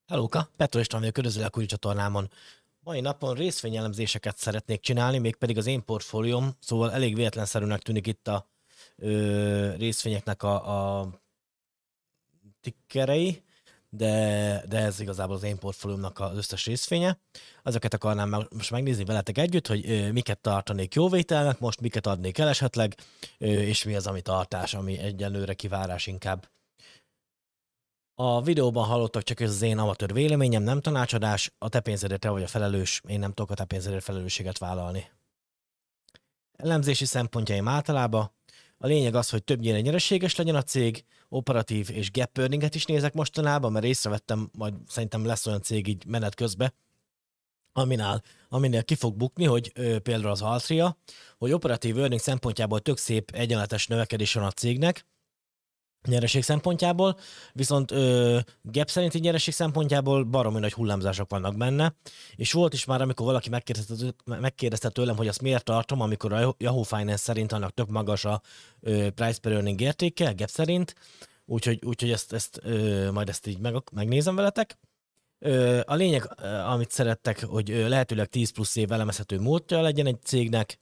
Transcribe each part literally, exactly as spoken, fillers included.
Hellóka, Petro István vagyok, üdvözöllek új csatornámon. Mai napon részvényelemzéseket szeretnék csinálni, mégpedig az én portfólióm, szóval elég véletlenszerűnek tűnik itt a ö, részvényeknek a, a tickerei, de, de ez igazából az én portfóliómnak az összes részvénye. Azokat akarnám meg- most megnézni veletek együtt, hogy ö, miket tartanék jóvételnek, most miket adnék el esetleg, ö, és mi az, ami tartás, ami egyelőre kivárás inkább. A videóban hallottak csak ez az én amatőr véleményem, nem tanácsadás, a te pénzedért te vagy a felelős, én nem tudok a te pénzedért felelősséget vállalni. Elemzési szempontjaim általában a lényeg az, hogy többnyire nyereséges legyen a cég, operatív és gap earninget is nézek mostanában, mert észrevettem, majd szerintem lesz olyan cég így menet közben, aminál, aminél ki fog bukni, hogy ö, például az Altria, hogy operatív earning szempontjából tök szép egyenletes növekedés van a cégnek, nyereség szempontjából, viszont ö, gap szerinti nyereség szempontjából baromi nagy hullámzások vannak benne, és volt is már, amikor valaki megkérdezte, megkérdezte tőlem, hogy azt miért tartom, amikor a Yahoo Finance szerint annak tök magas a ö, price per earning értéke, gap szerint, úgyhogy, úgyhogy ezt, ezt ö, majd ezt így meg, megnézem veletek. Ö, a lényeg, ö, amit szerettek, hogy ö, lehetőleg tíz plusz év elemezhető múltja legyen egy cégnek.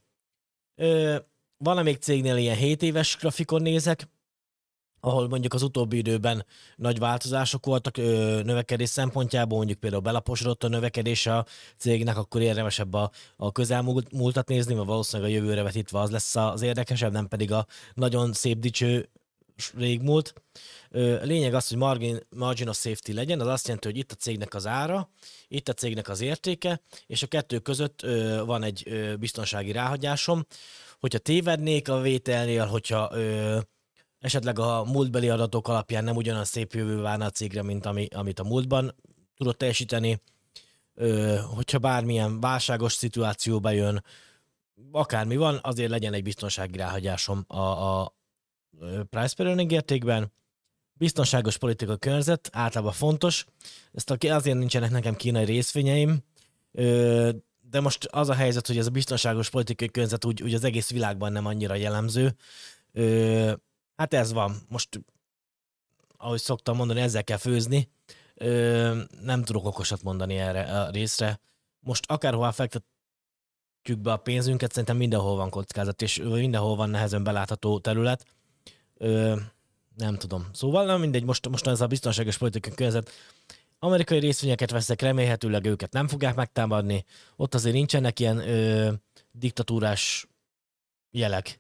Ö, van még cégnél ilyen hét éves grafikon nézek, ahol mondjuk az utóbbi időben nagy változások voltak ö, növekedés szempontjából, mondjuk például belaposodott a növekedés a cégnek, akkor érdemesebb a, a közelmúltat nézni, mert valószínűleg a jövőre vetítve az lesz az érdekesebb, nem pedig a nagyon szép dicső régmúlt. Ö, lényeg az, hogy margin, margin of safety legyen, az azt jelenti, hogy itt a cégnek az ára, itt a cégnek az értéke, és a kettő között ö, van egy ö, biztonsági ráhagyásom. Hogyha tévednék a vételnél, hogyha ö, esetleg a múltbeli adatok alapján nem ugyanaz szép jövő várna a cégre, mint ami, amit a múltban tudott teljesíteni. Ö, hogyha bármilyen válságos szituációba jön, akármi van, azért legyen egy biztonsági ráhagyásom a, a price per earning értékben. Biztonságos politika környezet általában fontos. Ezt azért nincsenek nekem kínai részvényeim, ö, de most az a helyzet, hogy ez a biztonságos politikai környezet úgy, úgy az egész világban nem annyira jellemző. Ö, Hát ez van. Most, ahogy szoktam mondani, ezzel kell főzni. Ö, nem tudok okosat mondani erre a részre. Most akárhová fektetjük be a pénzünket, szerintem mindenhol van kockázat, és mindenhol van nehezen belátható terület. Ö, nem tudom. Szóval nem mindegy, most, most ez a biztonságos politikai környezet. Amerikai részvényeket veszek, remélhetőleg őket nem fogják megtámadni. Ott azért nincsenek ilyen ö, diktatúrás jelek.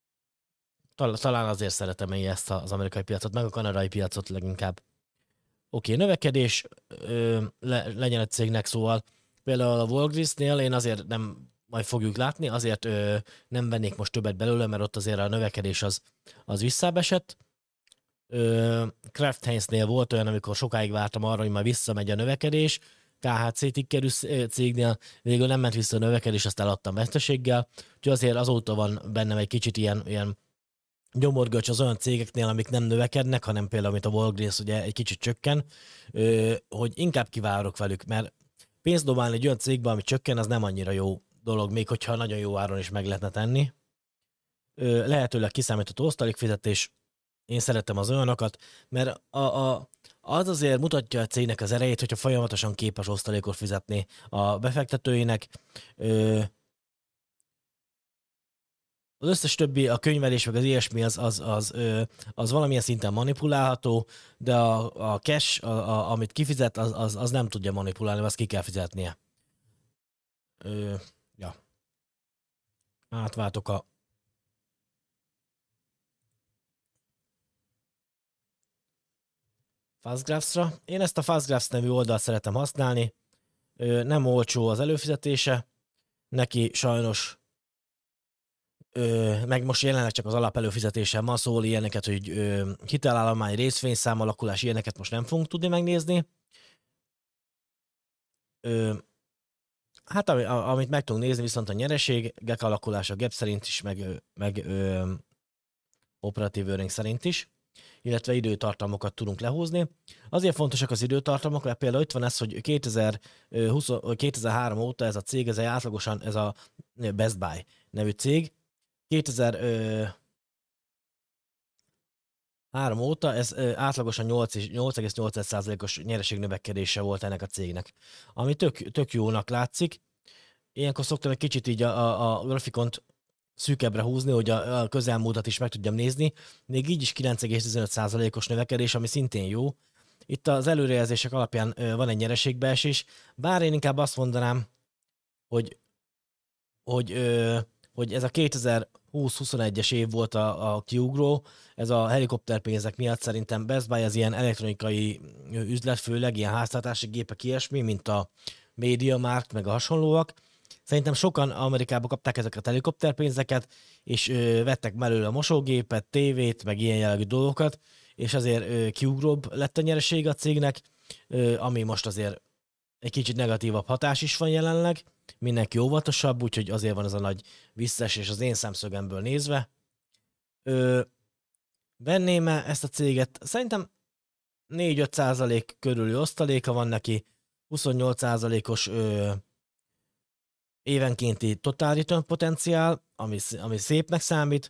Talán azért szeretem én ezt az amerikai piacot, meg a kanadai piacot leginkább. Oké, okay, növekedés ö, le, legyen a cégnek, szóval például a Walgreens-nél én azért nem, majd fogjuk látni, azért ö, nem vennék most többet belőle, mert ott azért a növekedés az, az visszábesett. Ö, Kraft Heinz-nél volt olyan, amikor sokáig vártam arra, hogy majd visszamegy a növekedés, ká há cé tickerű cégnél végül nem ment vissza a növekedés, azt eladtam veszteséggel, úgyhogy azért azóta van bennem egy kicsit ilyen, ilyen gyomorgörcs az olyan cégeknél, amik nem növekednek, hanem például, mint a Walgreens ugye egy kicsit csökken, hogy inkább kivárok velük, mert pénzt dobálni egy olyan cégbe, ami csökken, az nem annyira jó dolog, még hogyha nagyon jó áron is meg lehetne tenni. Lehetőleg kiszámítható osztalékfizetés, én szeretem az olyanokat, mert a, a, az azért mutatja a cégnek az erejét, hogyha folyamatosan képes osztalékot fizetni a befektetőinek. Az összes többi, a könyvelés, meg az ilyesmi, az, az, az, az, az valamilyen szinten manipulálható, de a, a cash, a, a, amit kifizet, az, az, az nem tudja manipulálni, azt ki kell fizetnie. Ö, ja. Átváltok a Fastgraphs-ra. Én ezt a Fastgraphs nevű oldalt szeretem használni. Ö, nem olcsó az előfizetése. Neki sajnos Ö, meg most jelenleg csak az alapelőfizetésen van, szól ilyeneket, hogy ö, hitelállomány, részvényszám alakulás, ilyeneket most nem fogunk tudni megnézni. Ö, hát ami, amit meg tudunk nézni, viszont a nyereségek alakulása gap szerint is, meg, meg ö, operatív earning szerint is, illetve időtartamokat tudunk lehúzni. Azért fontosak az időtartamok, mert például itt van ez, hogy kétezer-húsz, kétezer-három óta ez a cég, ez átlagosan, ez a Best Buy nevű cég, kétezer-három három óta, ez ö, átlagosan nyolc egész nyolc százalékos nyereségnövekedése volt ennek a cégnek, ami tök, tök jónak látszik. Ilyenkor szoktam egy kicsit így a, a, a grafikont szűkebbre húzni, hogy a, a közelmúltat is meg tudjam nézni. Még így is kilenc egész tizenöt százalékos növekedés, ami szintén jó. Itt az előrejelzések alapján ö, van egy nyereségbeesés, bár én inkább azt mondanám, hogy, hogy, ö, hogy ez a kétezer-húsz-huszonegyes év volt a, a kiugró, ez a helikopterpénzek miatt szerintem Best Buy az ilyen elektronikai üzlet, főleg ilyen háztartási gépek, ilyesmi, mint a MediaMarkt, meg a hasonlóak. Szerintem sokan Amerikában kapták ezeket a helikopterpénzeket, és ö, vettek belőle a mosógépet, tévét, meg ilyen jellegű dolgokat, és azért ö, kiugróbb lett a nyereség a cégnek, ö, ami most azért egy kicsit negatívabb hatás is van jelenleg, mindenki óvatosabb, úgyhogy azért van ez a nagy visszaesés az én szemszögemből nézve. Ö, venném-e ezt a céget? Szerintem négy-öt százalék körüli osztaléka van neki, huszonnyolc százalékos ö, évenkénti total return potenciál, ami, ami szépnek számít.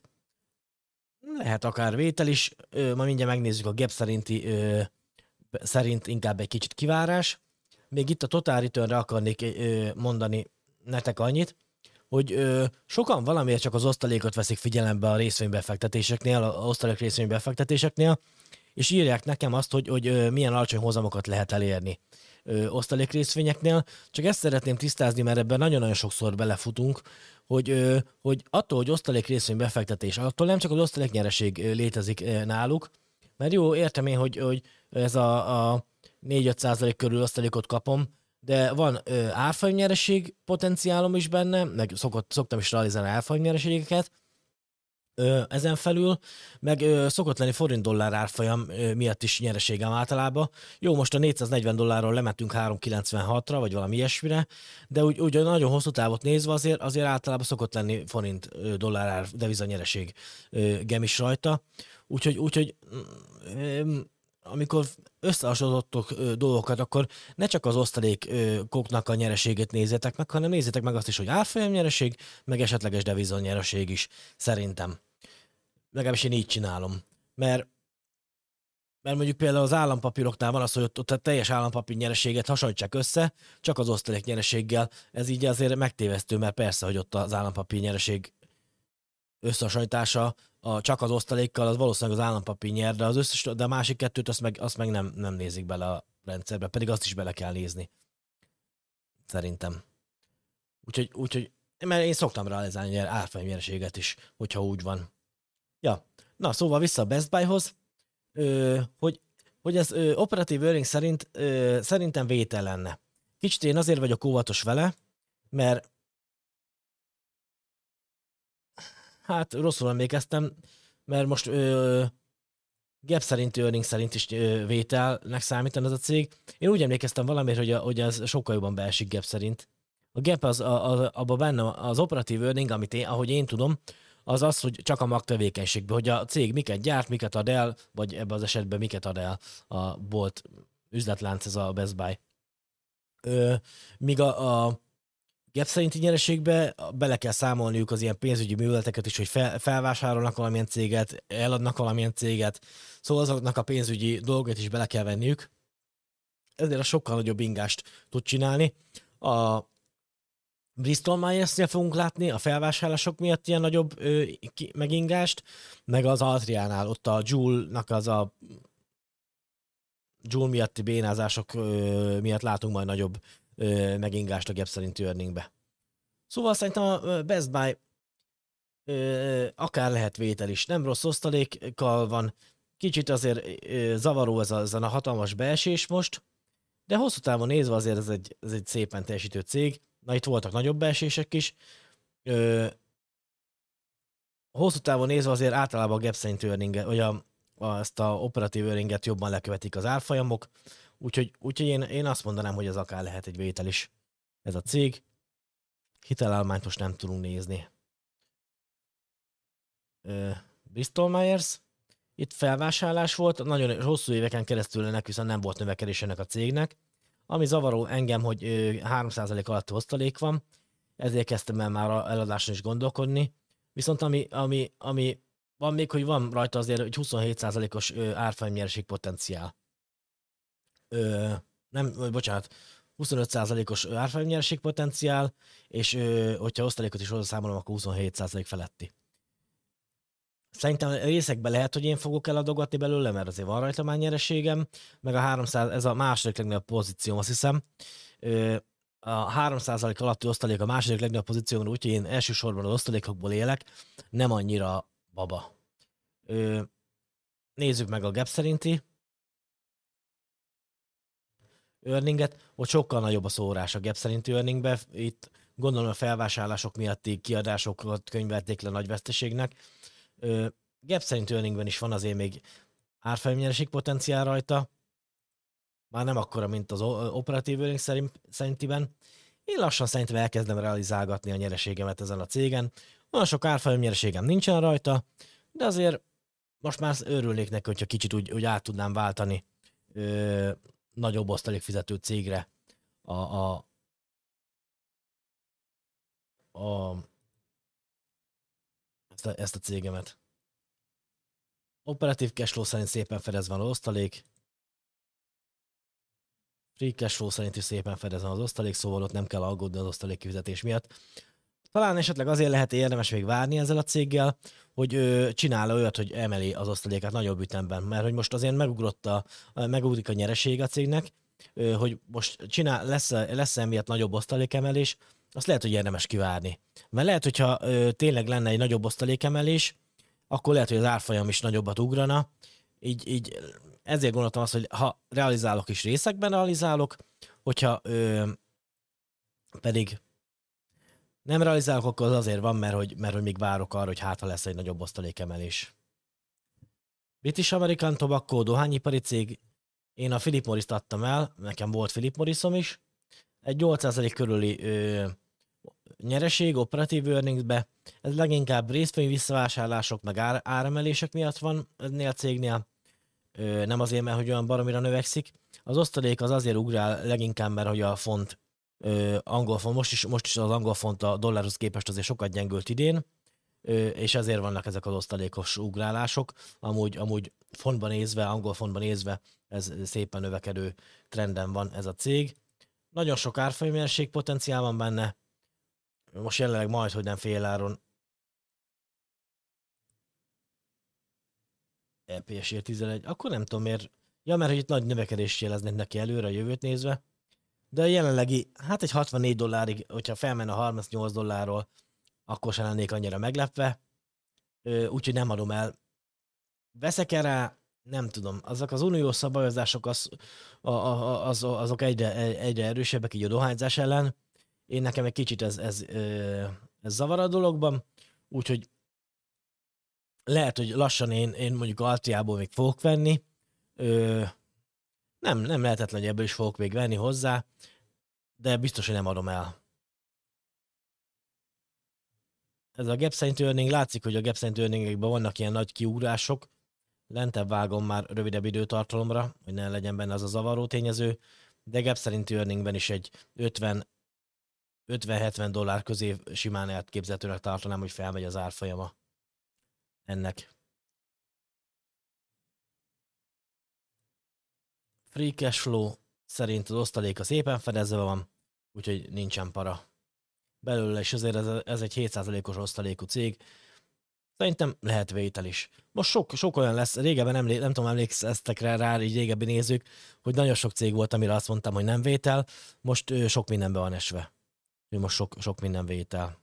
Lehet akár vétel is, ö, ma mindjárt megnézzük a gap szerinti, ö, szerint inkább egy kicsit kivárás. Még itt a total returnre akarnék ö, mondani nektek annyit, hogy ö, sokan valamiért csak az osztalékot veszik figyelembe a részvénybefektetéseknél, a osztalék részvénybefektetéseknél, és írják nekem azt, hogy, hogy ö, milyen alacsony hozamokat lehet elérni ö, osztalék részvényeknél. Csak ezt szeretném tisztázni, mert ebben nagyon-nagyon sokszor belefutunk, hogy, ö, hogy attól, hogy osztalék részvénybefektetés, attól nem csak az osztalék nyereség ö, létezik ö, náluk, mert jó, értem én, hogy, hogy ez a, a négy-öt százalék körül osztalékot kapom, de van ö, árfolyam nyereség potenciálom is benne, meg szokott, szoktam is realizálni árfolyam nyereségeket, ö, ezen felül, meg ö, szokott lenni forint-dollár árfolyam ö, miatt is nyereségem általában. Jó, most a négyszáznegyven dollárról lementünk háromszázkilencvenhatra, vagy valami ilyesmire, de úgy, úgy nagyon hosszú távot nézve azért, azért általában szokott lenni forint-dollár ár deviza nyereség ö, gem is rajta. Úgyhogy, úgyhogy ö, amikor összehasonlítottok dolgokat, akkor ne csak az osztalékoknak a nyereségét nézzétek meg, hanem nézzétek meg azt is, hogy árfolyam nyereség, meg esetleges devizon nyereség is, szerintem. Legalábbis én így csinálom. Mert, mert mondjuk például az állampapíroknál van az, hogy ott, ott a teljes állampapír nyereséget hasonlítsák össze, csak az osztalék nyereséggel. Ez így azért megtévesztő, mert persze, hogy ott az állampapír nyereség összehasonlítása a, csak az osztalékkal, az valószínűleg az állampapír nyer, de, az összes, de a másik kettőt azt meg, azt meg nem, nem nézik bele a rendszerbe, pedig azt is bele kell nézni. Szerintem. Úgyhogy, úgyhogy mert én szoktam realizálni árfolyam nyereséget is, hogyha úgy van. Ja, na szóval vissza a Best Buy-hoz, ö, hogy, hogy ez ö, operatív earnings szerint ö, szerintem vétel lenne. Kicsit én azért vagyok óvatos vele, mert hát rosszul emlékeztem, mert most ö, gap szerinti earnings szerint is ö, vételnek számítan ez a cég. Én úgy emlékeztem valamiért, hogy, a, hogy ez sokkal jobban beesik gap szerint. A gap az, a, a, abban benne az operatív earning, amit én, ahogy én tudom, az az, hogy csak a magtevékenységben, hogy a cég miket gyárt, miket ad el, vagy ebben az esetben miket ad el a bolt üzletlánc, ez a Best Buy. Ö, míg a, a gap szerinti nyereségbe bele kell számolniuk az ilyen pénzügyi műveleteket is, hogy fel, felvásárolnak valamilyen céget, eladnak valamilyen céget, szóval azoknak a pénzügyi dolgot is bele kell venniük. Ezért a sokkal nagyobb ingást tud csinálni. A Bristol Myers-nél fogunk látni a felvásárlások miatt ilyen nagyobb ö, ki, megingást, meg az Altriánál, ott a Joule-nak az a Joule miatti bénázások ö, miatt látunk majd nagyobb ö, megingást a gap szerinti earningbe. Szóval szerintem a Best Buy ö, akár lehet vétel is. Nem rossz osztalékkal van, kicsit azért ö, zavaró ez a, ez a hatalmas beesés most, de hosszú távon nézve azért ez egy, ez egy szépen teljesítő cég. Na, itt voltak nagyobb beesések is. Ö, hosszú távon nézve azért általában a gap szerinti earning, vagy a, a, ezt a operatív earninget jobban lekövetik az árfolyamok, úgyhogy, úgyhogy én, én azt mondanám, hogy ez akár lehet egy vétel is. Ez a cég. Hitelállományt most nem tudunk nézni. Ö, Bristol Myers. Itt felvásárlás volt, nagyon hosszú éveken keresztül ennek viszont nem volt növekedés ennek a cégnek. Ami zavaró engem, hogy ö, három százalék alatti osztalék van, ezért kezdtem el már eladáson is gondolkodni. Viszont ami, ami, ami van még, hogy van rajta azért egy huszonhét százalékos árfolyam nyereség potenciál. Ö, nem, ö, bocsánat, huszonöt százalékos árfolyam nyereség potenciál, és ö, hogyha osztalékot is hozzászámolom, akkor huszonhét százalék feletti. Szerintem részekben lehet, hogy én fogok eladogatni belőle, mert azért van rajta már nyereségem, meg a háromszáz, ez a második legnagyobb pozícióm, azt hiszem. Ö, a három százalék alatti osztalék a második legnagyobb pozíciómra, úgyhogy én elsősorban az osztalékokból élek, nem annyira baba. Ö, nézzük meg a gap szerinti earninget, ott sokkal nagyobb a szórás a gap szerinti earningbe. Itt gondolom a felvásárlások miatti kiadásokat könyvelték le nagy veszteségnek. Ö, gap szerinti earningben is van azért még árfolyamnyereség potenciál rajta, már nem akkora, mint az operatív earning szerint, szerintiben. Én lassan szerintem elkezdem realizálgatni a nyereségemet ezen a cégen. Olyan sok árfolyamnyereségem nincsen rajta, de azért most már örülnék neki, hogyha kicsit úgy, úgy át tudnám váltani ö, nagyobb osztalékfizető cégre a, a, a, ezt, a, ezt a cégemet. Operatív cashflow szerint szépen fedezve van az osztalék, free cashflow szerint is szépen fedezve van az osztalék, szóval ott nem kell aggódni az osztalék kifizetés miatt. Talán esetleg azért lehet érdemes még várni ezzel a céggel, hogy ő csinál olyat, hogy emeli az osztalékát nagyobb ütemben, mert hogy most azért megugrott a, megugrik a nyereség a cégnek, hogy most csinál, lesz, lesz emiatt nagyobb osztalékemelés, azt lehet, hogy érdemes kivárni. Mert lehet, hogyha tényleg lenne egy nagyobb osztalékemelés, akkor lehet, hogy az árfolyam is nagyobbat ugrana, így, így ezért gondoltam azt, hogy ha realizálok is részekben realizálok, hogyha ö, pedig nem realizálok, akkor az azért van, mert hogy, mert hogy még várok arra, hogy hát ha lesz egy nagyobb osztalékemelés. British American Tobacco, dohányipari cég, én a Philip Morris-t adtam el, nekem volt Philip Morrisom is, egy nyolc százalék körüli ö, nyereség operatív earningsbe, ez leginkább részvény visszavásárlások meg ár, áremelések miatt van ennél a cégnél, ö, nem azért, mert hogy olyan baromira növekszik. Az osztalék az azért ugrál leginkább, mert hogy a font, ö, angol font, most is, most is az angol font a dollárhoz képest azért sokat gyengült idén, ö, és ezért vannak ezek az osztalékos ugrálások. Amúgy, amúgy fontban nézve, angol fontban nézve, ez szépen növekedő trenden van ez a cég. Nagyon sok árfolyamnyereség potenciál van benne, most jelenleg majd, hogy nem féláron. é pé es tizenegy, akkor nem tudom miért. Ja, mert hogy itt nagy növekedést jeleznek neki előre a jövőt nézve. De a jelenlegi, hát egy hatvannégy dollárig, hogyha felmenne a harmincnyolc dollárról, akkor sem lennék annyira meglepve. Úgyhogy nem adom el. Veszek-e rá? Nem tudom. Azok az uniós szabályozások az, az, azok egyre, egyre erősebbek így a dohányzás ellen. Én nekem egy kicsit ez, ez, ez zavar a dologban, úgyhogy lehet, hogy lassan én, én mondjuk Altriából még fogok venni. Ö, nem, nem lehetetlen, hogy ebből is fogok még venni hozzá, de biztos, hogy nem adom el. Ez a gap szerinti earning, látszik, hogy a gap szerinti earningekben vannak ilyen nagy kiugrások. Lentebb vágom már rövidebb időtartalomra, hogy ne legyen benne az a zavaró tényező, de gap szerinti earningben is egy ötven-hetven dollár közé simán elképzelhetőnek tartanám, hogy felmegy az árfolyama ennek. Free cash flow szerint az osztaléka szépen fedezve van, úgyhogy nincsen para. Belőle is azért ez, ez egy hét százalékos osztalékú cég. Szerintem lehet vétel is. Most sok, sok olyan lesz, régebben emlé, nem tudom, emlékeztek rá, rá így régebbi nézők, hogy nagyon sok cég volt, amire azt mondtam, hogy nem vétel, most ö, sok mindenbe van esve. Most sok, sok minden vétel.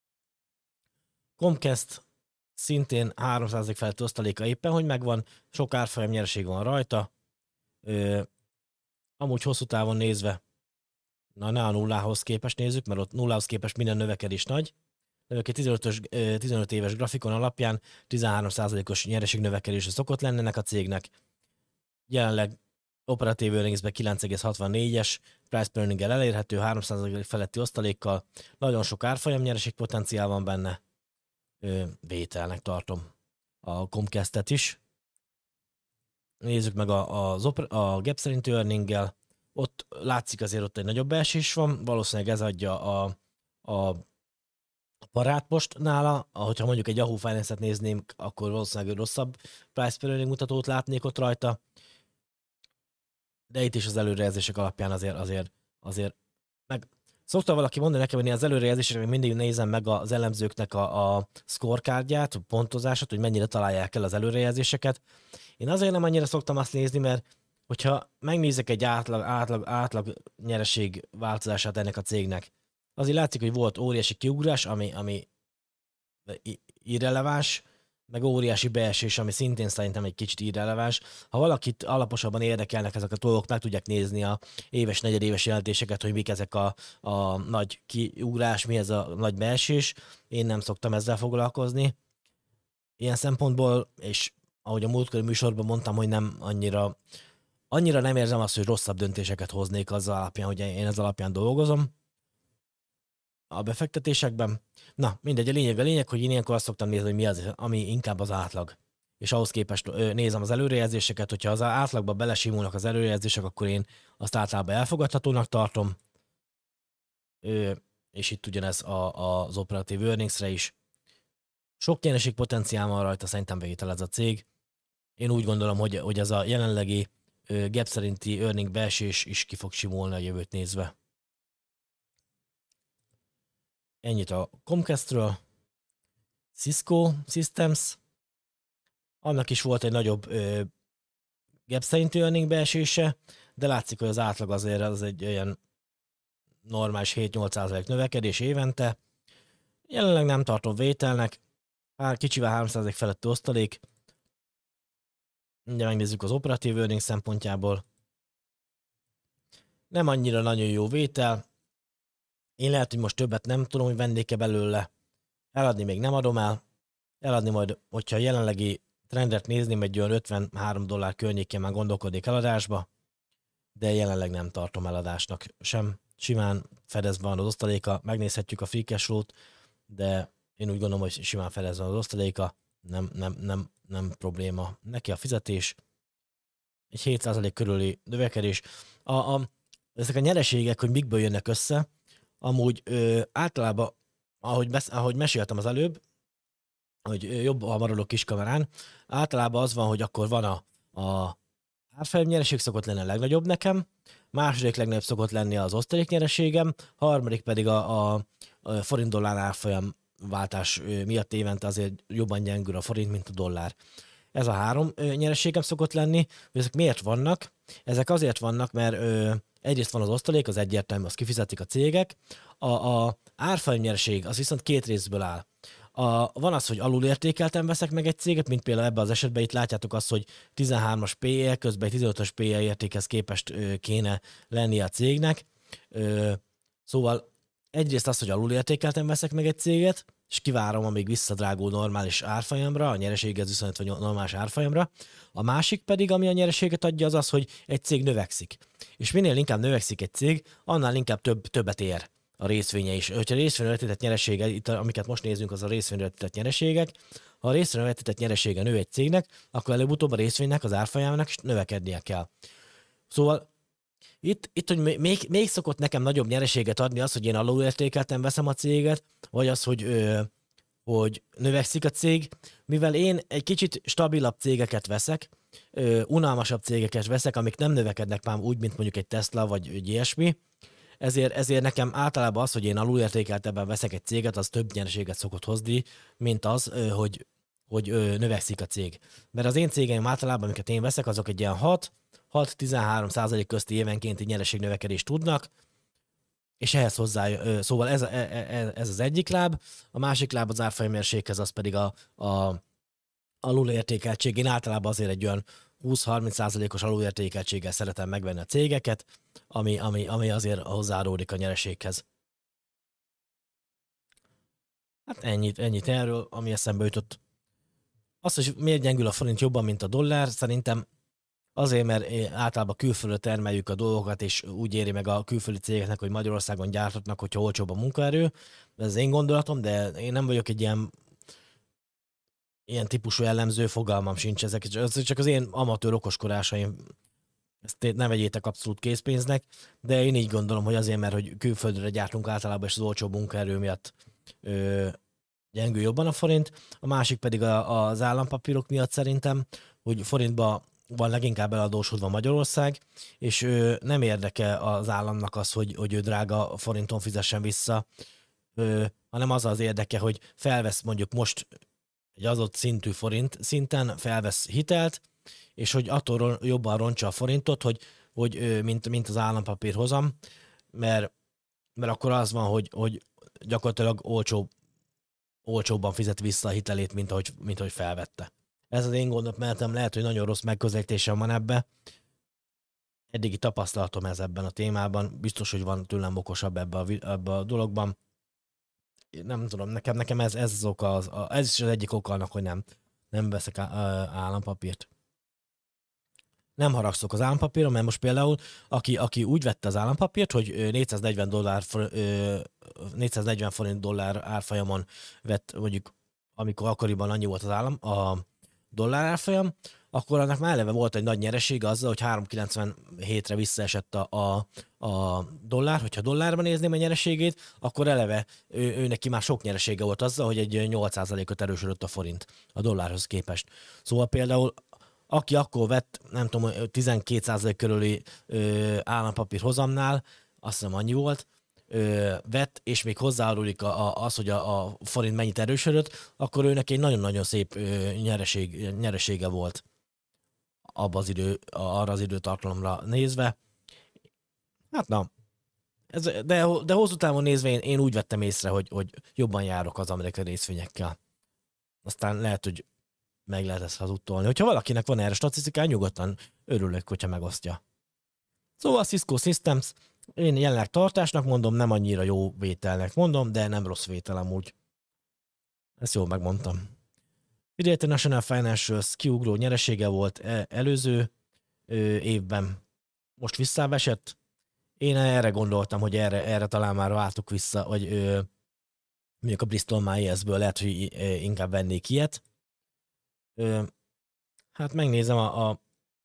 Comcast szintén három százalék felett osztaléka éppen, hogy megvan, sok árfolyam nyereség van rajta. Ö, amúgy hosszú távon nézve, na ne a nullához képest nézzük, mert ott nullához képest minden növekedés nagy. Egy tizenötös, tizenöt éves grafikon alapján tizenhárom százalékos nyereség növekedés szokott lenne ennek a cégnek. Jelenleg operatív earningsben kilenc egész hatvannégyes price per earning-el elérhető, három százalék feletti osztalékkal, nagyon sok árfolyam nyereség potenciál van benne. Ö, vételnek tartom a Comcast-et is. Nézzük meg a, a, a gap szerinti earning-gel. Ott látszik azért ott egy nagyobb esés van, valószínűleg ez adja a, a Parádpost nála, ahogyha mondjuk egy Yahoo Finance-et nézném, akkor valószínűleg rosszabb price per earning mutatót látnék ott rajta, de itt is az előrejelzések alapján azért, azért, azért meg szokta valaki mondani nekem, hogy az előrejelzéseknek mindig nézem meg az elemzőknek a, a scorecardját, a pontozását, hogy mennyire találják el az előrejelzéseket. Én azért nem annyira szoktam azt nézni, mert hogyha megnézek egy átlag, átlag, átlag nyereség változását ennek a cégnek, azért látszik, hogy volt óriási kiugrás, ami, ami irreleváns, meg óriási beesés, ami szintén szerintem egy kicsit irreleváns. Ha valakit alaposabban érdekelnek ezek a dolgok, meg tudják nézni a éves, negyedéves jelentéseket, hogy mik ezek a, a nagy kiugrás, mi ez a nagy beesés. Én nem szoktam ezzel foglalkozni. Ilyen szempontból, és ahogy a múltkori műsorban mondtam, hogy nem annyira, annyira nem érzem azt, hogy rosszabb döntéseket hoznék az alapján, hogy én ez alapján dolgozom a befektetésekben. Na, mindegy, a lényeg a lényeg, hogy én ilyenkor azt szoktam nézni, hogy mi az, ami inkább az átlag. És ahhoz képest ö, nézem az előrejelzéseket, hogyha az átlagba belesimulnak az előrejelzések, akkor én azt általában elfogadhatónak tartom. Ö, és itt ugyanez a, a, az operatív earningsre is. Sok nyereség potenciál van rajta, szerintem bevétel ez a cég. Én úgy gondolom, hogy, hogy ez a jelenlegi ö, gap szerinti earning beesés is ki fog simulni a jövőt nézve. Ennyit a Comcastről. Cisco Systems. Annak is volt egy nagyobb ö, gap szerinti earning beesése, de látszik, hogy az átlag azért az egy olyan normális hét-nyolc százalék növekedés évente. Jelenleg nem tartom vételnek. Kicsivel három százalék feletti osztalék. Ugye megnézzük az operatív earning szempontjából. Nem annyira nagyon jó vétel. Én lehet, hogy most többet nem tudom, hogy vennék-e belőle. Eladni még nem adom el. Eladni majd, hogyha a jelenlegi trendet nézném, egy olyan ötvenhárom dollár környékén már gondolkodik eladásba, de jelenleg nem tartom eladásnak sem. Simán fedezve van az osztaléka, megnézhetjük a free cash flow-t, de én úgy gondolom, hogy simán fedezve van az osztaléka, nem, nem, nem, nem probléma. Neki a fizetés, egy hét százalék körüli növekedés. A, a, ezek a nyereségek, hogy mikből jönnek össze, amúgy ö, általában, ahogy, besz, ahogy meséltem az előbb, hogy jobb a maradó kis kamerán, általában az van, hogy akkor van a, a árfolyam nyereség szokott lenni a legnagyobb nekem, második legnagyobb szokott lenni az osztalék nyereségem, harmadik pedig a, a, a forint-dollár árfolyam váltás miatt évente azért jobban gyengül a forint, mint a dollár. Ez a három ö, nyereségem szokott lenni, hogy ezek miért vannak? Ezek azért vannak, mert ö, egyrészt van az osztalék, az egyértelmű, azt kifizetik a cégek, a, a árfolyam nyereség az viszont két részből áll. A, van az, hogy alulértékelten veszek meg egy céget, mint például ebben az esetben itt látjátok azt, hogy tizenhármas pé e, közben egy tizenötös pé e értékhez képest ö, kéne lennie a cégnek. Ö, szóval egyrészt az, hogy alulértékelten veszek meg egy céget, és kivárom, amíg visszadrágul normális árfolyamra, a nyereséghez viszonyítva normális árfolyamra. A másik pedig, ami a nyereséget adja, az az, hogy egy cég növekszik. És minél inkább növekszik egy cég, annál inkább több, többet ér a részvénye is. Hogyha részvényre vetített nyeresége, itt amiket most nézünk, az a részvényre vetített nyereségek. Ha a részvényre vetített nyeresége nő egy cégnek, akkor előbb-utóbb a részvénynek, az árfolyamának is növekednie kell. Szóval itt, itt hogy még, még szokott nekem nagyobb nyereséget adni az, hogy én alulértékelten veszem a céget, vagy az, hogy, ö, hogy növekszik a cég, mivel én egy kicsit stabilabb cégeket veszek, ö, unalmasabb cégeket veszek, amik nem növekednek már úgy, mint mondjuk egy Tesla, vagy egy ilyesmi, ezért, ezért nekem általában az, hogy én alulértékeltebben veszek egy céget, az több nyereséget szokott hozni, mint az, ö, hogy, hogy ö, növekszik a cég. Mert az én cégeim általában, amiket én veszek, azok egy ilyen hat-tizenhárom százalék közti évenkénti nyereségnövekedést tudnak, és ehhez hozzá, szóval ez, ez az egyik láb, a másik láb az árfolyamnyereséghez, az pedig a, a alulértékeltség. Én általában azért egy olyan húsz-harminc százalékos alulértékeltséggel szeretem megvenni a cégeket, ami, ami, ami azért hozzáródik a nyereséghez. Hát ennyit, ennyit erről, ami eszembe jutott. Az, hogy miért gyengül a forint jobban, mint a dollár, szerintem azért, mert általában külföldre termeljük a dolgokat, és úgy éri meg a külföldi cégeknek, hogy Magyarországon gyártatnak, hogyha olcsóbb a munkaerő. Ez az én gondolatom, de én nem vagyok egy ilyen, ilyen típusú jellemző, fogalmam sincs ezek. Ez csak az én amatőr okoskodásaim. Ezt ne vegyétek abszolút készpénznek, de én így gondolom, hogy azért, mert hogy külföldre gyártunk általában, és az olcsó munkaerő miatt ö, gyengül jobban a forint, a másik pedig a, az állampapírok miatt szerintem, hogy forintba van leginkább eladósodva Magyarország, és ő nem érdeke az államnak az, hogy, hogy ő drága forinton fizessen vissza, ő, hanem az az érdeke, hogy felvesz mondjuk most egy adott szintű forint szinten, felvesz hitelt, és hogy attól jobban roncsa a forintot, hogy, hogy ő, mint, mint az állampapír hozam, mert, mert akkor az van, hogy, hogy gyakorlatilag olcsó, olcsóbban fizet vissza a hitelét, mint ahogy, mint ahogy felvette. Ez az én gondolatmenetem, lehet, hogy nagyon rossz megközelítésem van ebbe. Eddigi tapasztalatom ez ebben a témában. Biztos, hogy van tőlem okosabb ebbe a, ebbe a dologban. Nem tudom, nekem, nekem ez, ez az oka, az, ez is az egyik oka annak, hogy nem, nem veszek állampapírt. Nem haragszok az állampapírra, mert most például, aki, aki úgy vette az állampapírt, hogy négyszáznegyven, dollár, négyszáznegyven forint dollár árfolyamon vett, mondjuk amikor akkoriban annyi volt az állam, a dollár árfolyam, akkor annak már eleve volt egy nagy nyeresége azzal, hogy három egész kilencvenhétre visszaesett a, a, a dollár, hogyha dollárban nézném a nyereségét, akkor eleve ő, ő neki már sok nyeresége volt azzal, hogy egy nyolc százalékot erősödött a forint a dollárhoz képest. Szóval például aki akkor vett, nem tudom, tizenkét százalék körüli ö, állampapír hozamnál, azt hiszem annyi volt, ö, vett, és még hozzáadulik a, a, az, hogy a, a forint mennyit erősödött, akkor őnek egy nagyon-nagyon szép ö, nyereség, nyeresége volt abba az idő, arra az időtartalomra nézve. Hát na, ez, de, de hosszú távon nézve én, én úgy vettem észre, hogy, hogy jobban járok az amerikai részvényekkel. Aztán lehet, hogy meg lehet ezt hazudtolni. Hogyha valakinek van erre statisztikája, nyugodtan örülök, hogyha megosztja. Szóval a Cisco Systems, én jelenleg tartásnak mondom, nem annyira jó vételnek mondom, de nem rossz vétel amúgy. Ezt jól megmondtam. Fidelity National Financials kiugró nyeresége volt előző ö, évben. Most visszavesett. Én erre gondoltam, hogy erre, erre talán már váltuk vissza, vagy ö, mondjuk a Bristol Myers-ből lehet, hogy inkább vennék ilyet. Ö, hát megnézem a, a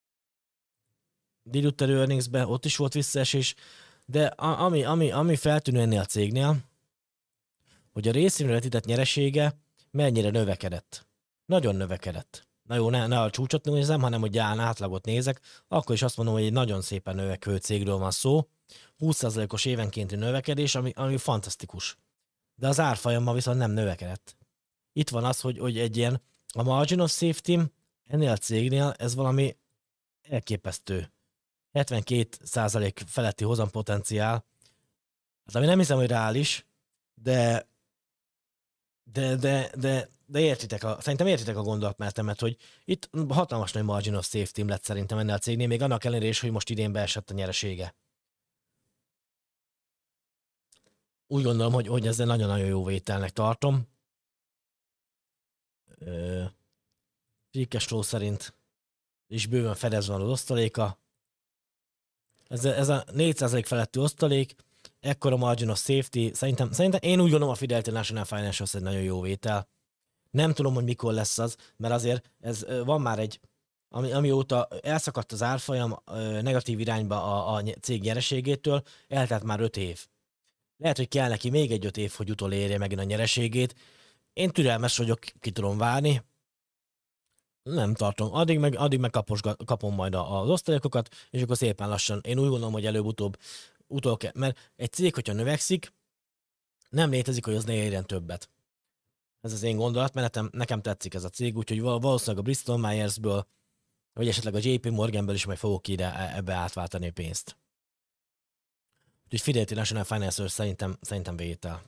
Diluted Earnings-be, ott is volt visszaesés, de a, ami, ami, ami feltűnő ennél a cégnél, hogy a részvényről vetített nyeresége mennyire növekedett. Nagyon növekedett. Na jó, ne, ne a csúcsot nézem, hanem hogy állna átlagot nézek, akkor is azt mondom, hogy egy nagyon szépen növekvő cégről van szó. húsz százalékos évenkénti növekedés, ami, ami fantasztikus. De az árfolyammal viszont nem növekedett. Itt van az, hogy, hogy egy ilyen a margin of safety ennél a cégnél ez valami elképesztő. hetvenkét százalék feletti hozampotenciál, az ami nem hiszem, hogy reális, de de, de, de, de értitek a, szerintem értitek a gondolatmenetemet, hogy itt hatalmas nagy margin of safety lett szerintem ennél a cégnél, még annak ellenére is, hogy most idén beesett a nyeresége. Úgy gondolom, hogy, hogy ezzel nagyon-nagyon jó vételnek tartom. Free cash flow szerint is bőven fedezve van az osztaléka. Ez a, ez a négy százalék feletti osztalék, ekkora margin of safety, szerintem, szerintem én úgy gondolom a Fidelity National Financials egy nagyon jó vétel. Nem tudom, hogy mikor lesz az, mert azért ez van már egy, ami, amióta elszakadt az árfolyam negatív irányba a, a cég nyereségétől, eltelt már öt év. Lehet, hogy kell neki még egy öt év, hogy utolérje megint a nyereségét. Én türelmes vagyok, ki tudom várni. Nem tartom. Addig meg, addig meg kapos, kapom majd az osztalékokat, és akkor szépen lassan. Én úgy gondolom, hogy előbb-utóbb utol kell. Mert egy cég, hogyha növekszik, nem létezik, hogy az ne érjen többet. Ez az én gondolatmenetem, nekem tetszik ez a cég, úgyhogy valószínűleg a Bristol Myers-ből, vagy esetleg a jé pé Morganből is majd fogok ide ebbe átváltani a pénzt. Úgyhogy Fidelity National Financial szerintem, szerintem vétel.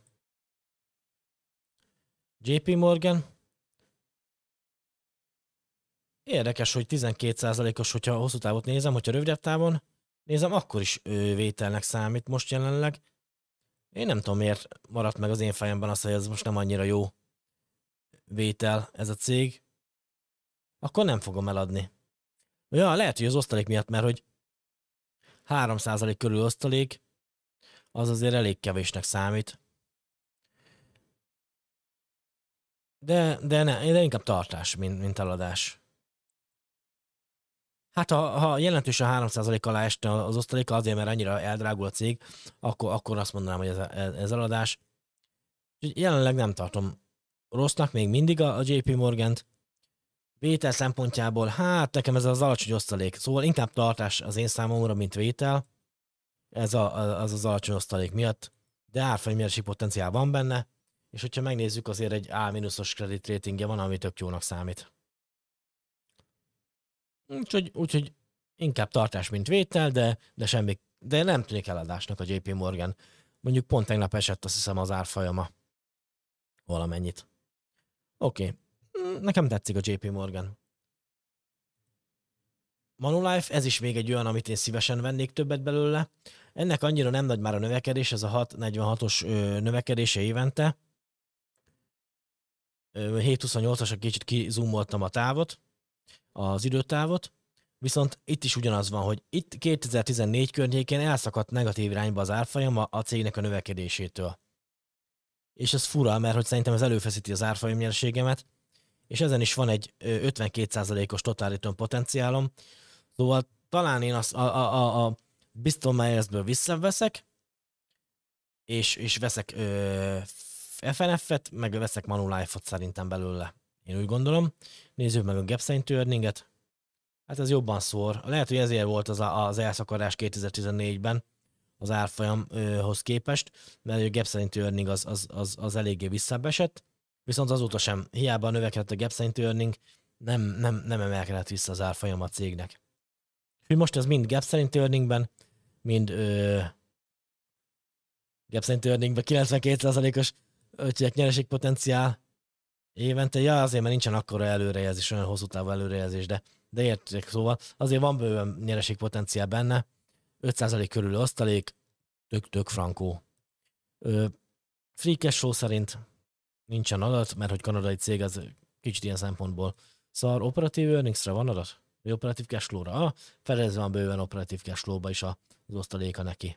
jé pé Morgan. Érdekes, hogy tizenkét százalékos, hogyha hosszú távot nézem, hogyha rövidebb távon nézem, akkor is vételnek számít most jelenleg. Én nem tudom, miért maradt meg az én fejemben az, hogy ez most nem annyira jó vétel ez a cég. Akkor nem fogom eladni. Ja, lehet, hogy az osztalék miatt, mert hogy három százalék körül osztalék, az azért elég kevésnek számít. De, de, ne, de inkább tartás, mint, mint eladás. Hát ha, ha jelentősen három százalék alá este az osztaléka, azért, mert annyira eldrágul a cég, akkor, akkor azt mondanám, hogy ez, ez eladás. Jelenleg nem tartom rossznak még mindig a, a jé pé Morgant. Vétel szempontjából, hát nekem ez az alacsony osztalék. Szóval inkább tartás az én számomra, mint vétel. Ez a, az az alacsony osztalék miatt. De árfolyamnyereségi potenciál van benne. És hogyha megnézzük, azért egy A-os credit ratingje van, ami tök jónak számít. Úgyhogy, úgyhogy inkább tartás, mint vétel, de, de semmi, de nem tűnik eladásnak a jé pé Morgan. Mondjuk pont tegnap esett, azt hiszem, az árfolyama valamennyit. Oké. Okay. Nekem tetszik a jé pé Morgan. Manulife, ez is még egy olyan, amit én szívesen vennék többet belőle. Ennek annyira nem nagy már a növekedés, ez a hat negyvenhatos növekedése évente. hét huszonnyolcas, kicsit kizumoltam a távot, az időtávot, viszont itt is ugyanaz van, hogy itt kétezer-tizennégy környékén elszakadt negatív irányba az árfolyam a cégnek a növekedésétől. És ez fura, mert hogy szerintem ez előfeszíti az árfolyam nyereségemet, és ezen is van egy ötvenkét százalékos total return potenciálom, szóval talán én azt a, a, a, a Bristol Myers-ből visszaveszek, és, és veszek ö, ef en ef-et, meg veszek Manulife-ot szerintem belőle. Én úgy gondolom. Nézzük meg a Gapsaint Earning-et. Hát ez jobban szór. Lehet, hogy ezért volt az, a, az elszakadás kétezer-tizennégyben az árfolyamhoz képest, mert a Gapsaint Earning az, az, az, az eléggé visszaesett, viszont azóta sem. Hiába növekedett a Gapsaint Earning, nem, nem, nem emelkedett vissza az árfolyam a cégnek. És most ez mind Gapsaint Earningben, mind ö, Gapsaint Earningben kilencvenkét százalékos nyereségpotenciál évente. Ja, azért, mert nincsen akkora előrejelzés, olyan hosszú távú előrejelzés, de, de értek, szóval azért van bőven nyereségpotenciál benne. öt százalék körül osztalék, tök-tök frankó. Ö, free cash flow szerint nincsen adat, mert hogy kanadai cég az kicsit ilyen szempontból szar. Operatív earningsre van adat? Vagy operatív cash flow-ra? Ah, fedezve van bőven operatív cash flow-ba is az osztaléka neki.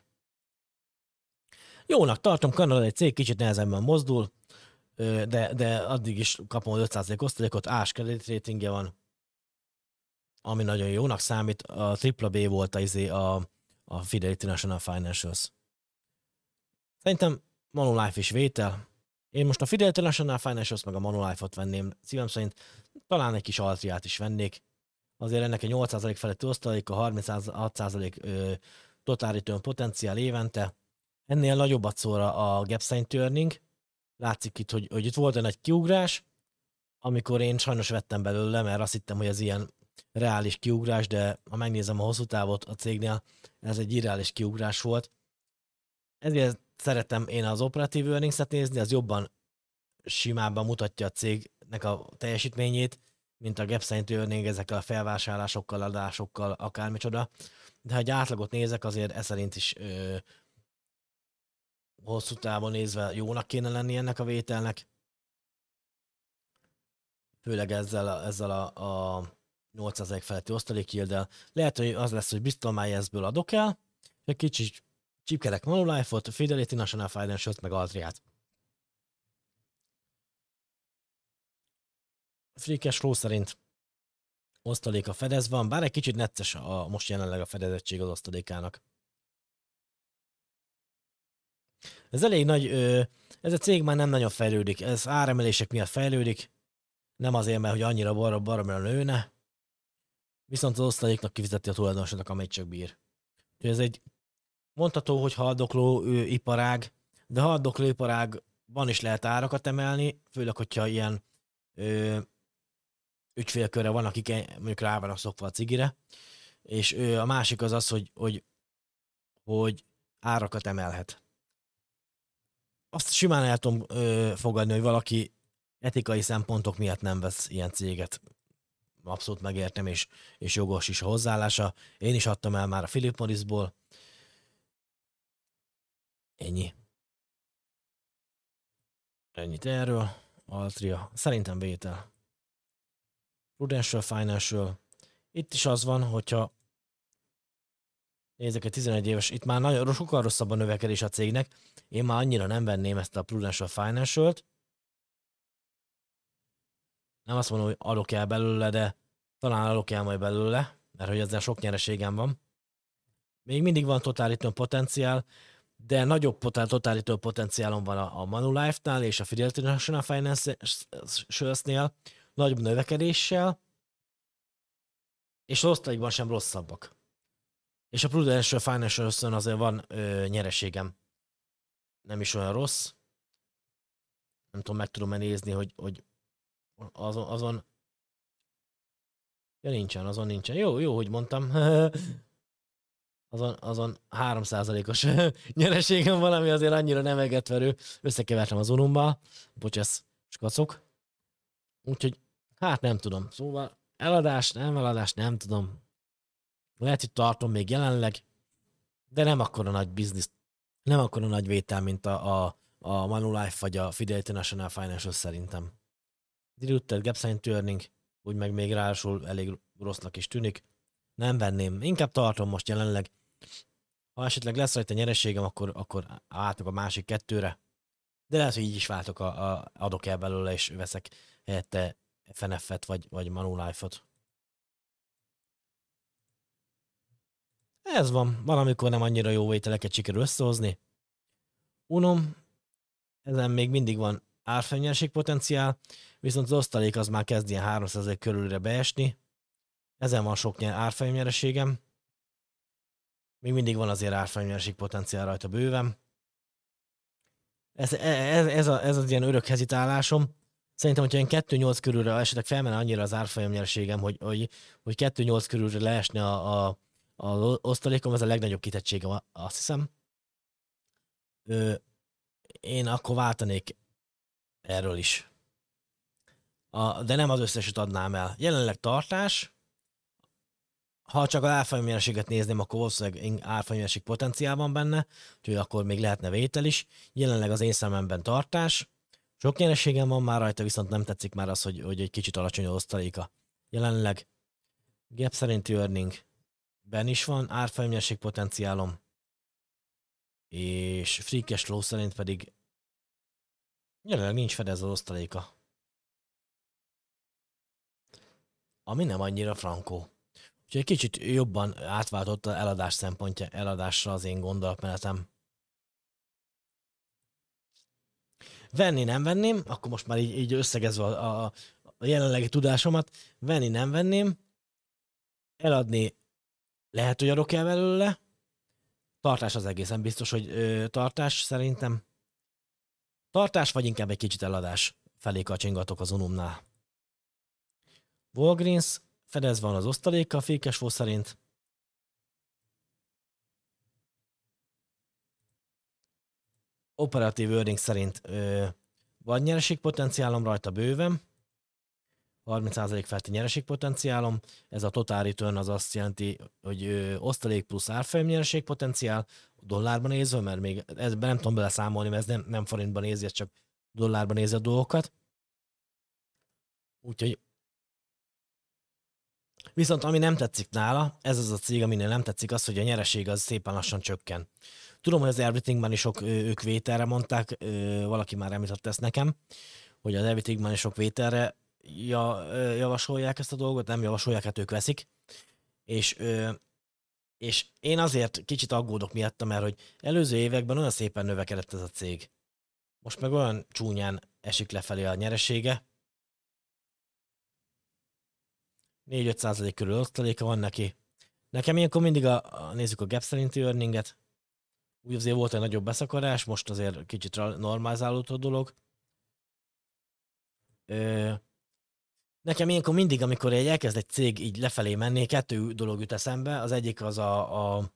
Jónak tartom, kanadai cég kicsit nehezebben mozdul, de, de addig is kapom öt százalék osztalékot, A-s credit ratingje van, ami nagyon jónak számít. A tripla B volt az a, a Fidelity National Financials. Szerintem Manulife is vétel. Én most a Fidelity National Financials meg a Manulife-ot venném. Szívem szerint talán egy kis Altriát is vennék. Azért ennek egy nyolc százalék feletti osztalék, a harminchat százalék total return potenciál évente. Ennél nagyobbat szóra a Gapsaint Earning. Látszik itt, hogy, hogy itt volt egy nagy kiugrás, amikor én sajnos vettem belőle, mert azt hittem, hogy ez ilyen reális kiugrás, de ha megnézem a hosszú távot a cégnél, ez egy irreális kiugrás volt. Ezért szeretem én az operatív earnings-et nézni, az jobban simábban mutatja a cégnek a teljesítményét, mint a Gapsaint Earning ezekkel a felvásárlásokkal, adásokkal, akármicsoda. De ha egy átlagot nézek, azért ez szerint is ö, hosszú távon nézve jónak kéne lenni ennek a vételnek. Főleg ezzel a, ezzel a, a nyolc százalék feletti osztalékyielddel. Lehet, hogy az lesz, hogy Bristol Myers-ből adok el, egy kicsit csipkelek Manulife-ot, Fidelity National Financials, meg Altriát. Free cash flow szerint osztaléka fedezve van, bár egy kicsit necces a, most jelenleg a fedezettség az osztalékának. Ez elég nagy, ez a cég már nem nagyon fejlődik, ez áremelések miatt fejlődik, nem azért, mert hogy annyira balra baromra nőne, viszont az osztaléknak kifizeti a tulajdonosnak, amelyik csak bír. Úgyhogy ez egy mondható, hogy haldokló iparág, de haldokló iparágban is lehet árakat emelni, főleg, hogyha ilyen ö, ügyfélkörre van, akik mondjuk rá vannak szokva a cigire, és ö, a másik az az, hogy, hogy, hogy árakat emelhet. Azt simán el tudom ö, fogadni, hogy valaki etikai szempontok miatt nem vesz ilyen céget. Abszolút megértem, és, és jogos is a hozzáállása. Én is adtam el már a Philip Morrisból. Ennyi. Ennyit erről. Altria. Szerintem vétel. Prudential Financial. Itt is az van, hogyha nézzük, egy tizenegy éves, itt már nagyon, sokkal rosszabb a növekedés a cégnek. Én már annyira nem venném ezt a Prudential Financial-t. Nem azt mondom, hogy adok el belőle, de talán adok el majd belőle, mert hogy ezzel sok nyereségem van. Még mindig van total return potenciál, de nagyobb potál, totálitő potenciálon van a, a Manulife-nál és a Fidelity National Finance-nél, nagyobb növekedéssel, és osztalékban sem rosszabbak. És a Prudential Financial azért van ö, nyereségem. Nem is olyan rossz. Nem tudom, meg tudom-e nézni, hogy, hogy azon, azon... Ja, nincsen, azon nincsen. Jó, jó, hogy mondtam. azon, azon három százalékos nyereségem van, ami azért annyira nem egetverő. Összekevertem az unummal. Bocsász, skacok. Úgyhogy, hát nem tudom. Szóval eladás, nem eladás, nem tudom. Lehet, hogy tartom még jelenleg, de nem akkora nagy biznisz, nem akkora nagy vétel, mint a, a, a Manulife vagy a Fidelity National Financial szerintem. Diluted Gap Sign Turning, úgy meg még ráadásul elég rossznak is tűnik. Nem venném, inkább tartom most jelenleg. Ha esetleg lesz rajta nyereségem, akkor, akkor álltok a másik kettőre. De lehet, hogy így is váltok, a, a, adok el belőle, és veszek helyette F N F-et vagy, vagy Manulife-ot. Ez van, valamikor nem annyira jó vételeket sikerül összehozni. Unom, ezen még mindig van árfolyamnyereség potenciál, viszont az osztalék az már kezd ilyen háromszáz körülre beesni. Ezen van sok árfolyamnyereségem. Még mindig van azért árfolyamnyereség potenciál rajta bőven. Ez, ez, ez, a, ez az ilyen örök hezitálásom. Szerintem, hogyha én kettő nyolc körülre esetleg felmenne annyira az árfolyamnyereségem, hogy, hogy, hogy kettő nyolc körülre leesne a, a, a osztalékom, ez a legnagyobb kitettségem, azt hiszem. Ö, én akkor váltanék erről is. A, de nem az összeset adnám el. Jelenleg tartás. Ha csak az árfolyamnyereséget nézném, akkor valószínűleg árfolyamnyereség potenciál van benne, úgyhogy akkor még lehetne vétel is. Jelenleg az én szememben tartás. Sok nyereségem van már rajta, viszont nem tetszik már az, hogy, hogy egy kicsit alacsony az osztaléka. Jelenleg gap szerinti earning ben is van árfolyamnyereség potenciálom, és free cash flow szerint pedig jelenleg nincs fedezve az osztaléka. Ami nem annyira frankó. Úgyhogy egy kicsit jobban átváltott az eladás szempontja, eladásra az én gondolatmenetem. Venni nem venném, akkor most már így, így összegezve a, a, a jelenlegi tudásomat, venni nem venném, eladni lehet, hogy adok el belőle, tartás az egészen biztos, hogy ö, tartás szerintem. Tartás, vagy inkább egy kicsit eladás felé kacsingatok az unumnál. Walgreens, fedezve van az osztaléka, free cash flow szerint. Operatív earnings szerint ö, van nyereségpotenciálom rajta bőven, harminc százalék feletti nyereségpotenciálom, ez a total return az azt jelenti, hogy ö, osztalék plusz árfolyam nyereségpotenciál, dollárban nézve, mert még ezben nem tudom beleszámolni, mert ez nem, nem forintban nézi, ez csak dollárban nézi a dolgokat. Úgyhogy viszont ami nem tetszik nála, ez az a cég, aminél nem tetszik az, hogy a nyereség az szépen lassan csökken. Tudom, hogy az Everythingben is sok ők vételre mondták, valaki már említett ezt nekem, hogy az Everythingben is sok vételre javasolják ezt a dolgot, nem javasolják, hát ők veszik. És, és én azért kicsit aggódok miatta, mert hogy előző években olyan szépen növekedett ez a cég. Most meg olyan csúnyán esik lefelé a nyeresége. négy-öt százalék körül osztaléka van neki. Nekem ilyenkor mindig a, a nézzük a gap szerinti earninget. Úgy azért volt egy nagyobb beszakadás, most azért kicsit normalizálódott a dolog. Ö, nekem ilyenkor mindig, amikor egy elkezd egy cég így lefelé menni, kettő dolog jut eszembe. Az egyik az a, a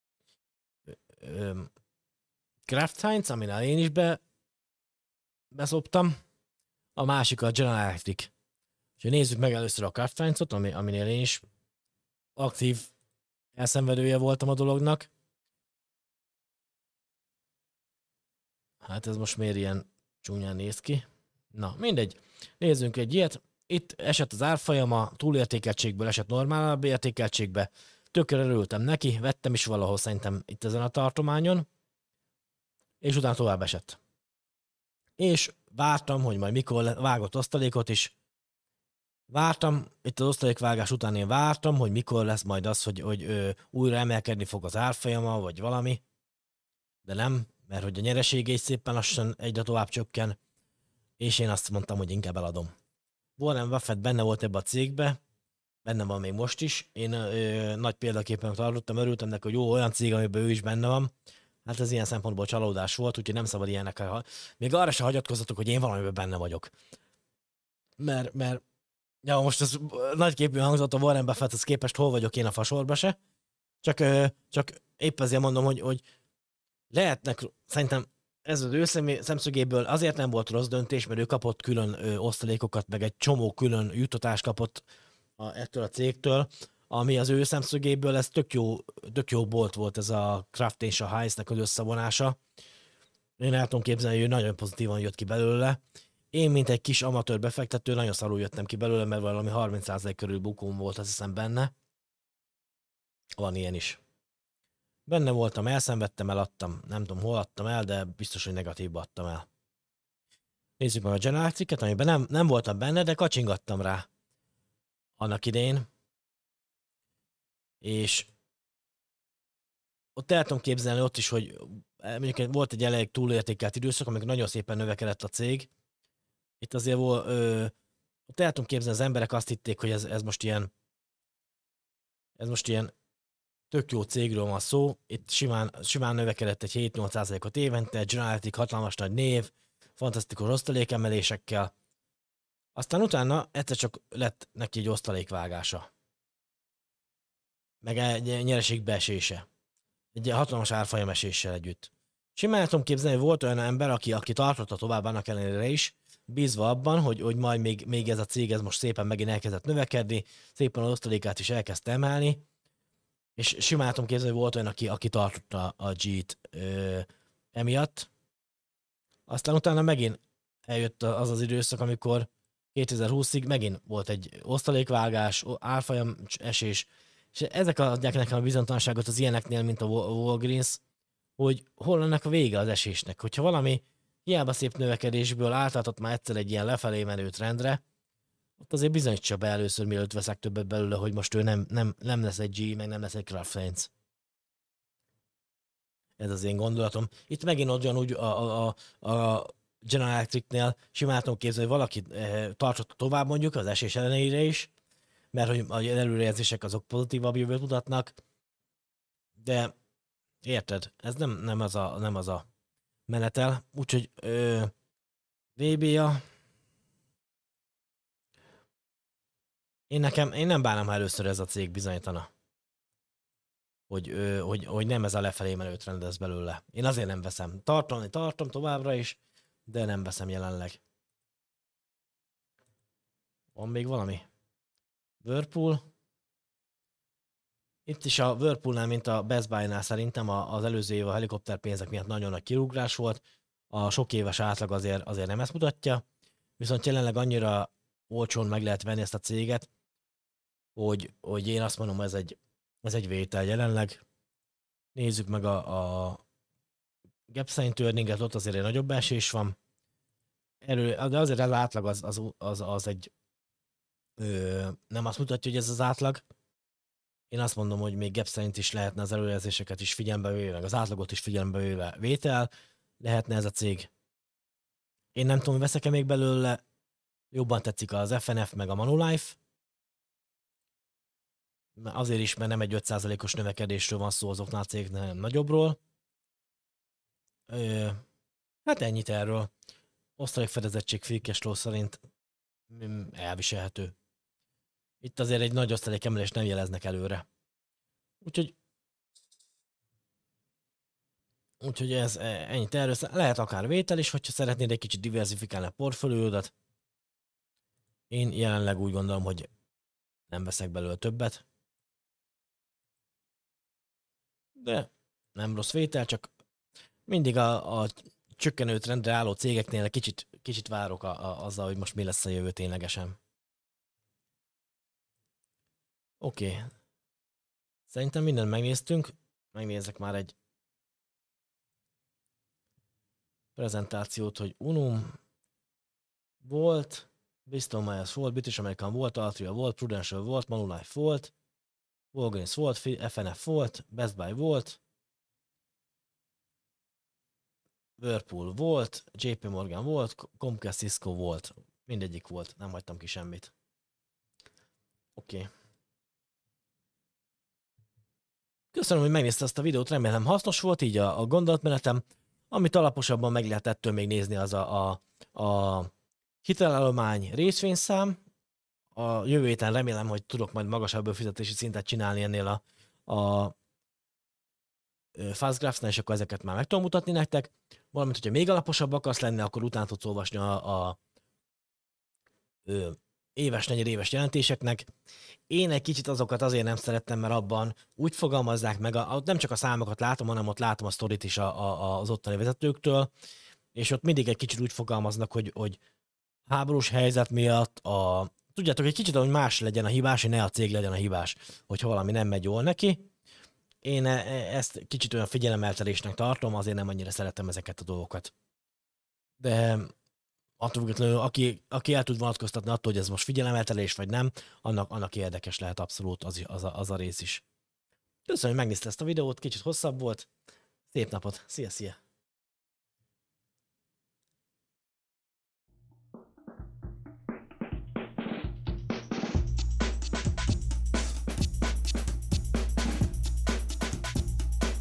ö, Kraft Heinz, aminál én is be, beszoptam. A másik a General Electric. És nézzük meg először a Kraft Heinzot, ami, aminél én is aktív elszenvedője voltam a dolognak. Hát ez most miért ilyen csúnyán néz ki? Na, mindegy. Nézzünk egy ilyet. Itt esett az árfolyama, túlértékeltségből esett normálabb értékeltségbe. Tökre örültem neki, vettem is valahol szerintem itt ezen a tartományon, és utána tovább esett. És vártam, hogy majd mikor vágott osztalékot is. Vártam, itt az osztalékvágás után én vártam, hogy mikor lesz majd az, hogy, hogy ö, újra emelkedni fog az árfolyama, vagy valami. de nem, mert hogy a nyeresége is szépen lassan egyre tovább csökken, és én azt mondtam, hogy inkább eladom. Warren Buffett benne volt ebbe a cégbe, benne van még most is. Én ö, nagy példaképpen tartottam, örültem neki, hogy jó, olyan cég, amiben ő is benne van. Hát ez ilyen szempontból csalódás volt, úgyhogy nem szabad ilyenek. Még arra se hagyatkozzatok, hogy én valamiben benne vagyok. Mert, mert ja, most ez nagyképű hangzott a Warren Buffetthez képest, hol vagyok én a fasorba se. Csak, ö, csak épp ezért mondom, hogy, hogy lehetnek, szerintem ez az ő szemszögéből azért nem volt rossz döntés, mert ő kapott külön ö, osztalékokat, meg egy csomó külön juttatást kapott a, ettől a cégtől, ami az ő szemszögéből ez tök jó, tök jó bolt volt ez a Kraft és a Heinz-nek az összevonása. Én el tudom képzelni, hogy ő nagyon pozitívan jött ki belőle. Én, mint egy kis amatőr befektető, nagyon szarul jöttem ki belőle, mert valami harminc százalék körül bukóm volt, azt hiszem benne. Van ilyen is. Benne voltam, elszenvedtem, eladtam. Nem tudom, hol adtam el, de biztos, hogy negatívba adtam el. Nézzük meg a General Electric-et, amiben nem, nem voltam benne, de kacsingattam rá annak idején. És ott el tudom képzelni ott is, hogy mondjuk volt egy elég túlértékelt időszak, amikor nagyon szépen növekedett a cég. Itt azért volt, ö, ott el tudom képzelni, az emberek azt hitték, hogy ez, ez most ilyen ez most ilyen tök jó cégről van szó, itt simán, simán növekedett egy hét-nyolc százalékot évente, General Electric hatalmas nagy név, fantasztikus osztalékemelésekkel. Aztán utána egyszer csak lett neki egy osztalékvágása. Meg egy nyereségbeesése. Egy hatalmas árfolyam eséssel együtt. Simán el tudom képzelni, hogy volt olyan ember, aki, aki tartotta tovább annak ellenére is, bízva abban, hogy, hogy majd még, még ez a cég ez most szépen megint elkezdett növekedni, szépen az osztalékát is elkezdte emelni, és simán tudom képzelni, hogy volt olyan, aki, aki tartotta a G-t ö, emiatt. Aztán utána megint eljött az az időszak, amikor kétezer-húszig megint volt egy osztalékvágás, árfolyam esés, és ezek adják nekem a bizonytalanságot az ilyeneknél, mint a Walgreens, hogy hol ennek a vége az esésnek. Hogyha valami hiába szép növekedésből átáltott már egyszer egy ilyen lefelé menő trendre, ott azért bizonyítsa be először, mielőtt veszek többet belőle, hogy most ő nem, nem, nem lesz egy G, meg nem lesz egy Kraft Heinz. Ez az én gondolatom. Itt megint ugyanúgy a, a, a, a General Electric-nél simán tudom képzelni, hogy valaki eh, tartott tovább mondjuk az esés ellenére is, mert hogy az előrejelzések azok pozitívabb jövőt mutatnak, de érted, ez nem, nem, az, a, nem az a menetel. Úgyhogy vé bé-ja én nekem, én nem bánom, ha először ez a cég bizonyítana, hogy, ö, hogy, hogy nem ez a lefelé menő trend lesz belőle. Én azért nem veszem. Tartom, tartom továbbra is, de nem veszem jelenleg. Van még valami? Whirlpool. Itt is a Whirlpoolnál, mint a Best Buy-nál szerintem az előző év a helikopterpénzek miatt nagyon nagy kiugrás volt. A sok éves átlag azért, azért nem ezt mutatja. Viszont jelenleg annyira olcsón meg lehet venni ezt a céget, hogy, hogy én azt mondom, ez egy, ez egy vétel jelenleg. Nézzük meg a, a Gapsaint Earninget, ott azért egy nagyobb esés van. Erről, de azért az átlag az, az, az, az egy ö, nem azt mutatja, hogy ez az átlag. Én azt mondom, hogy még Gapsaint is lehetne az előrejelzéseket is figyelembe véve, meg az átlagot is figyelembe véve vétel, lehetne ez a cég. Én nem tudom, veszek-e még belőle, jobban tetszik az ef en ef meg a Manulife. Azért is, mert nem egy öt százalékos növekedésről van szó azoknál a cégnél, hanem nagyobbról. Ö, hát ennyit erről. Osztalékfedezettség free cash flow szerint elviselhető. Itt azért egy nagy osztalékemelést nem jeleznek előre. Úgyhogy úgyhogy ez ennyit erről. Lehet akár vétel is, hogyha szeretnéd egy kicsit diversifikálni a portfóliódat. Én jelenleg úgy gondolom, hogy nem veszek belőle többet. De nem rossz vétel, csak mindig a, a csökkenő trendre álló cégeknél kicsit, kicsit várok a, a, azzal, hogy most mi lesz a jövő ténylegesen. Oké. Okay. Szerintem mindent megnéztünk. Megnézek már egy prezentációt, hogy Unum volt, Bristol Myers volt, British American volt, Altria volt, Prudential volt, Manulife volt, Walgreens volt, ef en ef volt, Best Buy volt, Whirlpool volt, jé pé Morgan volt, Comcast, Cisco volt. Mindegyik volt, nem hagytam ki semmit. Oké. Okay. Köszönöm, hogy megnézte ezt a videót, remélem hasznos volt így a, a gondolatmenetem. Amit alaposabban meg lehet ettől még nézni, az a, a, a hitelállomány részvényszám. A jövő héten remélem, hogy tudok majd magasabb fizetési szintet csinálni ennél a, a Fastgraphs-nál, és akkor ezeket már meg tudom mutatni nektek. Valamint, hogyha még alaposabb akarsz lenni, akkor utána tudsz olvasni a, a ö, éves, negyedéves jelentéseknek. Én egy kicsit azokat azért nem szerettem, mert abban úgy fogalmazzák meg, a, nem csak a számokat látom, hanem ott látom a sztorit is a, a, az ottani vezetőktől, és ott mindig egy kicsit úgy fogalmaznak, hogy, hogy háborús helyzet miatt a... Tudjátok, egy kicsit, hogy más legyen a hibás, és ne a cég legyen a hibás, hogyha valami nem megy jól neki. Én ezt kicsit olyan figyelemeltelésnek tartom, azért nem annyira szeretem ezeket a dolgokat. De attól függetlenül, aki, aki el tud vonatkoztatni attól, hogy ez most figyelemeltelés vagy nem, annak, annak érdekes lehet abszolút az, az, a, az a rész is. Köszönöm, hogy megnézte ezt a videót, kicsit hosszabb volt. Szép napot, szia, szia!